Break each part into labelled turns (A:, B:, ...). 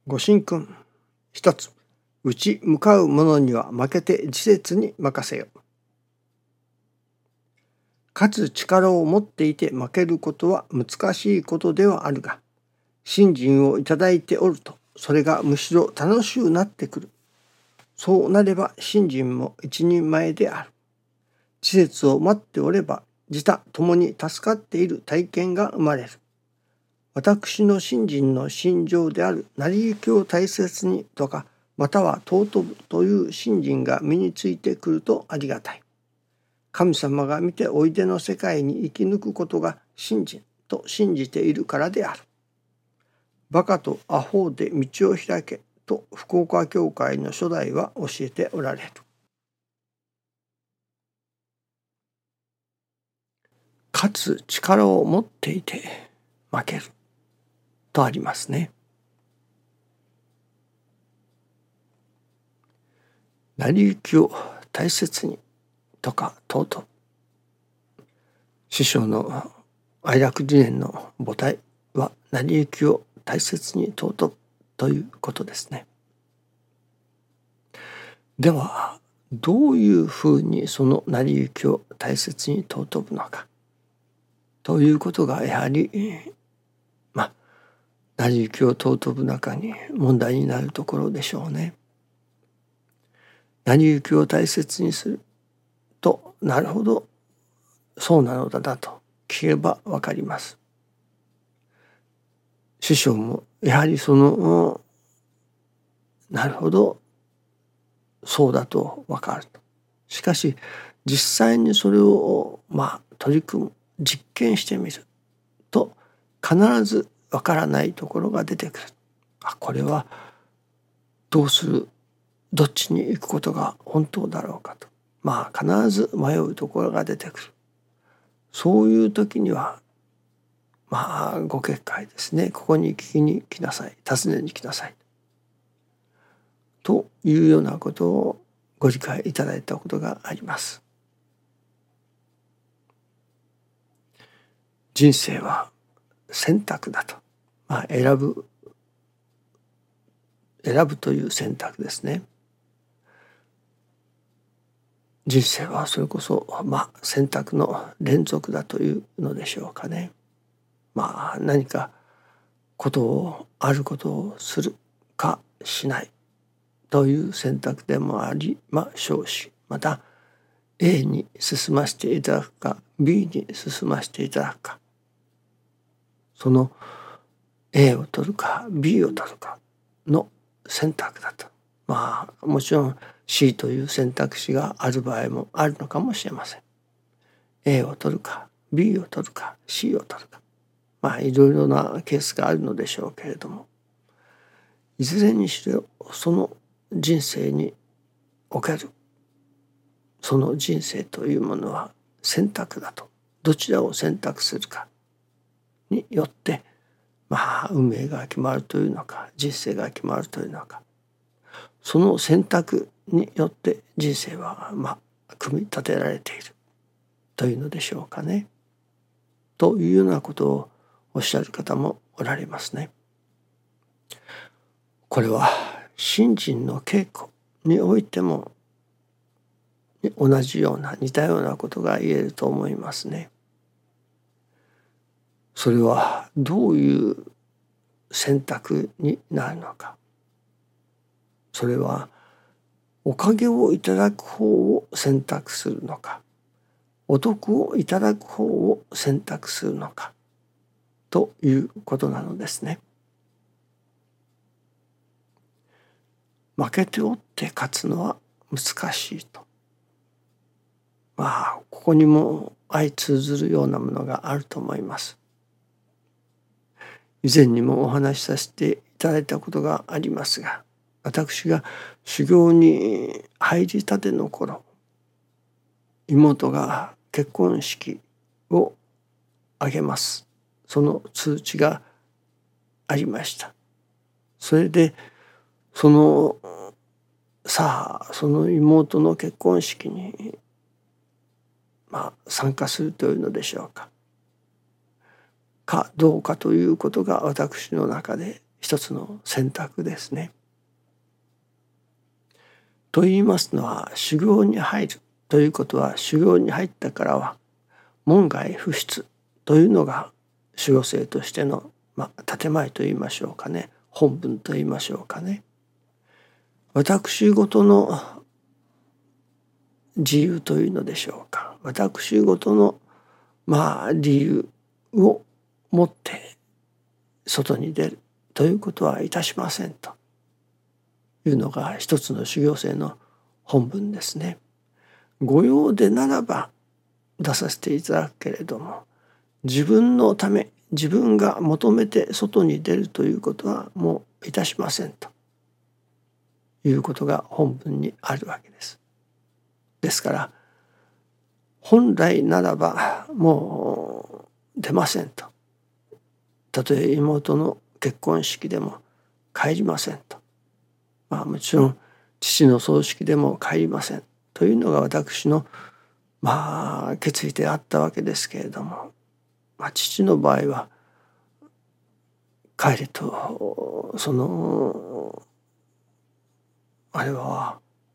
A: ご神君。一つ、打ち向かう者には負けて自節に任せよ。勝つ力を持っていて負けることは難しいことではあるが、信心をいただいておると、それがむしろ楽しゅうなってくる。そうなれば信心も一人前である。自節を待っておれば、自他共に助かっている体験が生まれる。私の信心の信条である成り行きを大切にとか、または尊ぶという信心が身についてくるとありがたい。神様が見ておいでの世界に生き抜くことが信心と信じているからである。バカとアホで道を開けと福岡教会の初代は教えておられる。勝つ力を持っていて負けるとありますね。成り行きを大切にとか尊ぶ。師匠の愛楽理念の母体は成り行きを大切に尊ぶということですね。ではどういうふうにその成り行きを大切に尊ぶのかということがやはり成り行きを尊ぶ中に問題になるところでしょうね。成り行きを大切にすると、なるほどそうなのだなと聞けばわかります。師匠もやはりなるほどそうだとわかると。しかし実際にそれを取り組む、実験してみると必ずわからないところが出てくる。これはどうする、どっちに行くことが本当だろうかと必ず迷うところが出てくる。そういう時にはご結界ですね。ここに聞きに来なさい、訪ねに来なさいというようなことをご理解いただいたことがあります。人生は選択だと、選ぶという選択ですね。人生はそれこそ選択の連続だというのでしょうかね。何かあることをするかしないという選択でもありしょうし、また A に進ませていただくか B に進ませていただくか、その A を取るか B を取るかの選択だと。もちろん C という選択肢がある場合もあるのかもしれません。A を取るか B を取るか C を取るか、いろいろなケースがあるのでしょうけれども、いずれにしろその人生におけるその人生というものは選択だと。どちらを選択するかによって運命が決まるというのか、人生が決まるというのか、その選択によって人生は組み立てられているというのでしょうかね。というようなことをおっしゃる方もおられますね。これは信心の稽古においても同じような似たようなことが言えると思いますね。それはどういう選択になるのか。それはおかげをいただく方を選択するのか、お得をいただく方を選択するのかということなのですね。負けておって勝つのは難しいと。ここにも相通ずるようなものがあると思います。以前にもお話しさせていただいたことがありますが、私が修行に入りたての頃、妹が結婚式を挙げます。その通知がありました。それでその妹の結婚式に参加するというのでしょうかどうかということが私の中で一つの選択ですね。と言いますのは、修行に入るということは、修行に入ったからは門外不出というのが修行生としての建前と言いましょうかね、本文と言いましょうかね。私事の自由というのでしょうか、私事の理由を持って外に出るということはいたしませんというのが一つの修行生の本文ですね。ご用でならば出させていただくけれども、自分のため自分が求めて外に出るということはもういたしませんということが本文にあるわけです。ですから本来ならばもう出ませんと、たとえ妹の結婚式でも帰りませんと、もちろん父の葬式でも帰りませんというのが私の決意であったわけですけれども、父の場合は帰れとあれは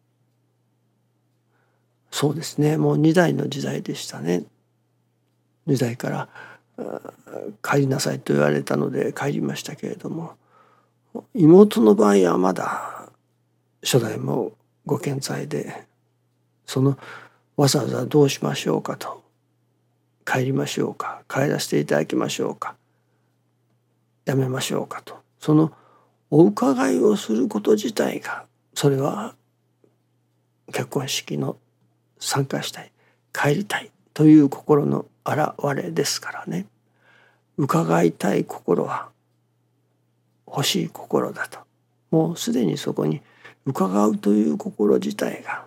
A: そうですね、もう2代の時代でしたね。2代から帰りなさいと言われたので帰りましたけれども、妹の場合はまだ初代もご健在で、わざわざどうしましょうかと、帰りましょうか、帰らせていただきましょうか、やめましょうかと、お伺いをすること自体が、それは結婚式の参加したい、帰りたいという心の表れですからね。伺いたい心は欲しい心だと、もうすでにそこに伺うという心自体が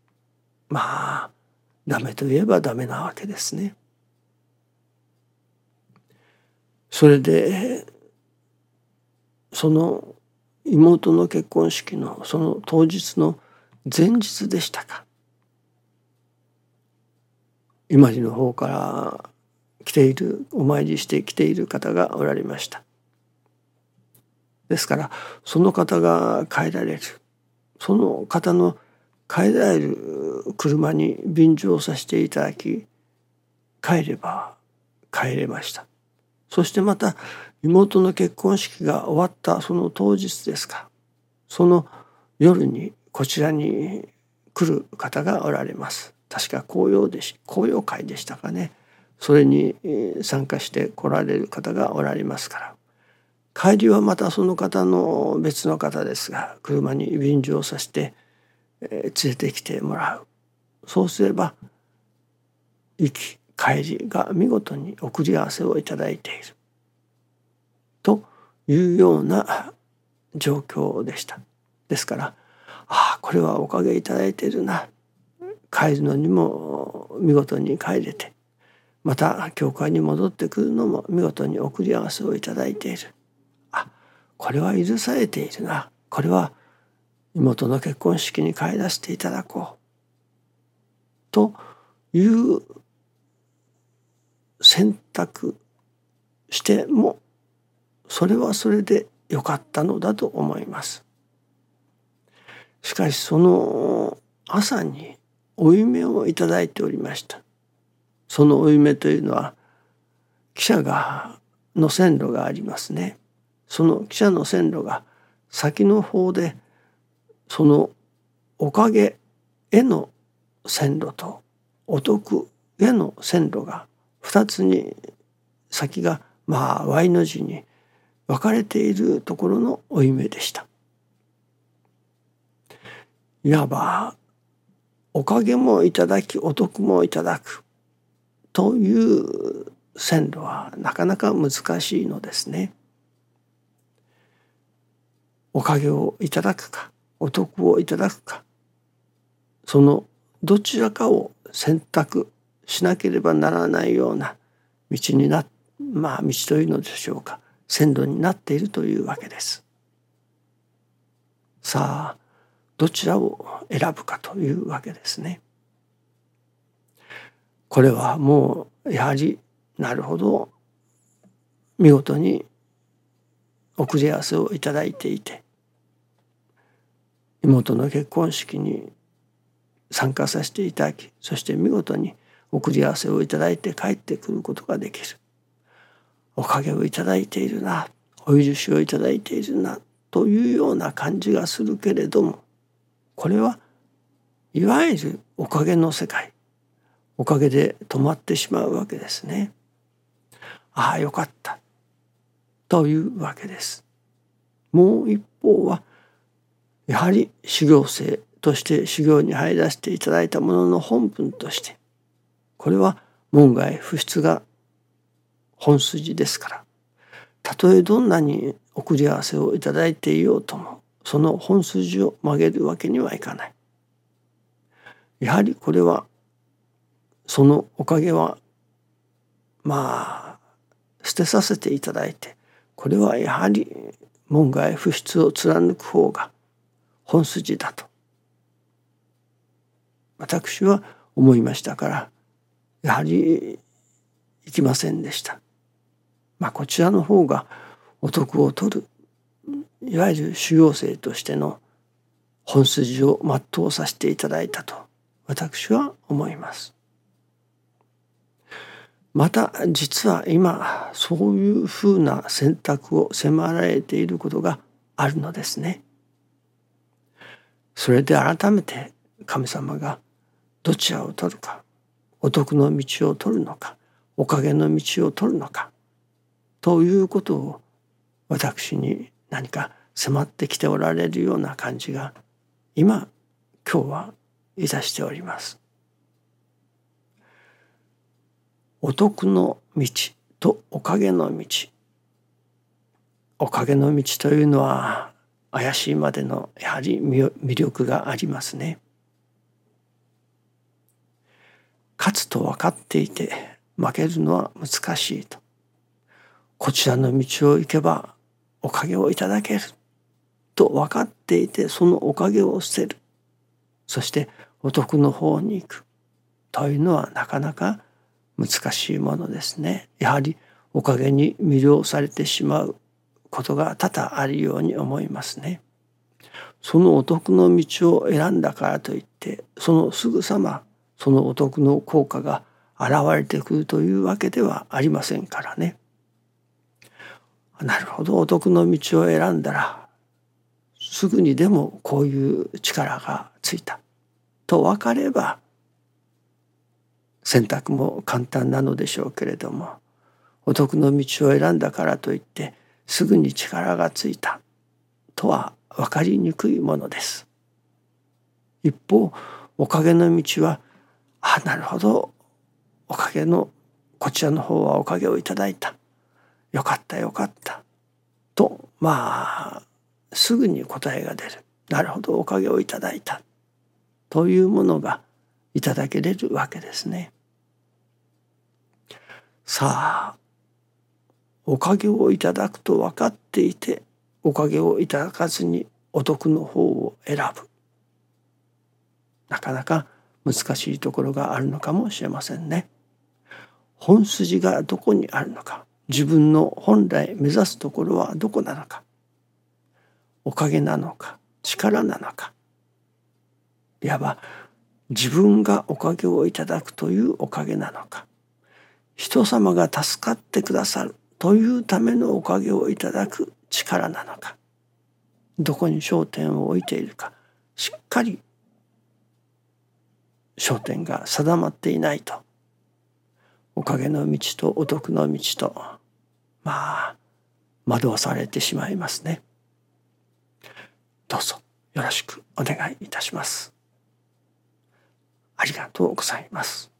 A: ダメといえばダメなわけですね。それでその妹の結婚式のその当日の前日でしたか、今治の方からお参りして来ている方がおられました。ですからその方が帰られる、その方の帰られる車に便乗させていただき、帰れば帰れました。そしてまた妹の結婚式が終わったその当日ですか、その夜にこちらに来る方がおられます。確か紅葉会でしたかね。それに参加して来られる方がおられますから、帰りはまたその方の別の方ですが車に便乗させて連れてきてもらう。そうすれば行き帰りが見事に送り合わせをいただいているというような状況でした。ですからこれはおかげいただいているな、帰るのにも見事に帰れて、また教会に戻ってくるのも見事に送り合わせをいただいている、これは許されているな、これは妹の結婚式に帰らせていただこうという選択しても、それはそれでよかったのだと思います。しかしその朝にお夢をいただいておりました。そのお夢というのは汽車の線路がありますね。その汽車の線路が先の方でそのおかげへの線路とお得への線路が2つに先がY の字に分かれているところのお夢でした。いわばおかげもいただきお得もいただくという線路はなかなか難しいのですね。おかげをいただくかお得をいただくか、そのどちらかを選択しなければならないような道というのでしょうか、線路になっているというわけです。さあどちらを選ぶかというわけですね。これはもうやはりなるほど見事に送り合わせをいただいていて、妹の結婚式に参加させていただき、そして見事に送り合わせをいただいて帰ってくることができる。おかげをいただいているな、お許しをいただいているなというような感じがするけれども、これはいわゆるおかげの世界、おかげで止まってしまうわけですね。ああよかったというわけです。もう一方はやはり修行生として修行に入らせていただいたものの本分として、これは門外不出が本筋ですから、たとえどんなに送り合わせをいただいていようとも、その本筋を曲げるわけにはいかない。やはりこれはそのおかげは捨てさせていただいて、これはやはり門外不出を貫く方が本筋だと私は思いましたから、やはり行きませんでした。こちらの方がお得を取る、いわゆる修行生としての本筋を全うさせていただいたと私は思います。また実は今そういうふうな選択を迫られていることがあるのですね。それで改めて神様がどちらを取るか、お得の道を取るのか、おかげの道を取るのかということを私に何か迫ってきておられるような感じが今日はいたしております。お得の道とおかげの道、おかげの道というのは怪しいまでのやはり魅力がありますね。勝つと分かっていて負けるのは難しいと、こちらの道を行けばおかげをいただけると分かっていて、そのおかげを捨てる、そしてお得の方に行くというのはなかなか難しいものですね。やはりおかげに魅了されてしまうことが多々あるように思いますね。そのお得の道を選んだからといってそのすぐさまそのお得の効果が現れてくるというわけではありませんからね。なるほど、お得の道を選んだらすぐにでもこういう力がついたと分かれば選択も簡単なのでしょうけれども、お得の道を選んだからといってすぐに力がついたとは分かりにくいものです。一方おかげの道は、なるほど、おかげのこちらの方はおかげをいただいた、よかったよかったとすぐに答えが出る、なるほどおかげをいただいたというものがいただけれるわけですね。さあおかげをいただくと分かっていておかげをいただかずにお得の方を選ぶ、なかなか難しいところがあるのかもしれませんね。本筋がどこにあるのか、自分の本来目指すところはどこなのか、おかげなのか力なのか、いわば自分がおかげをいただくというおかげなのか、人様が助かってくださるというためのおかげをいただく力なのか、どこに焦点を置いているか、しっかり焦点が定まっていないと、おかげの道とお得の道と惑わされてしまいますね。どうぞよろしくお願いいたします。ありがとうございます。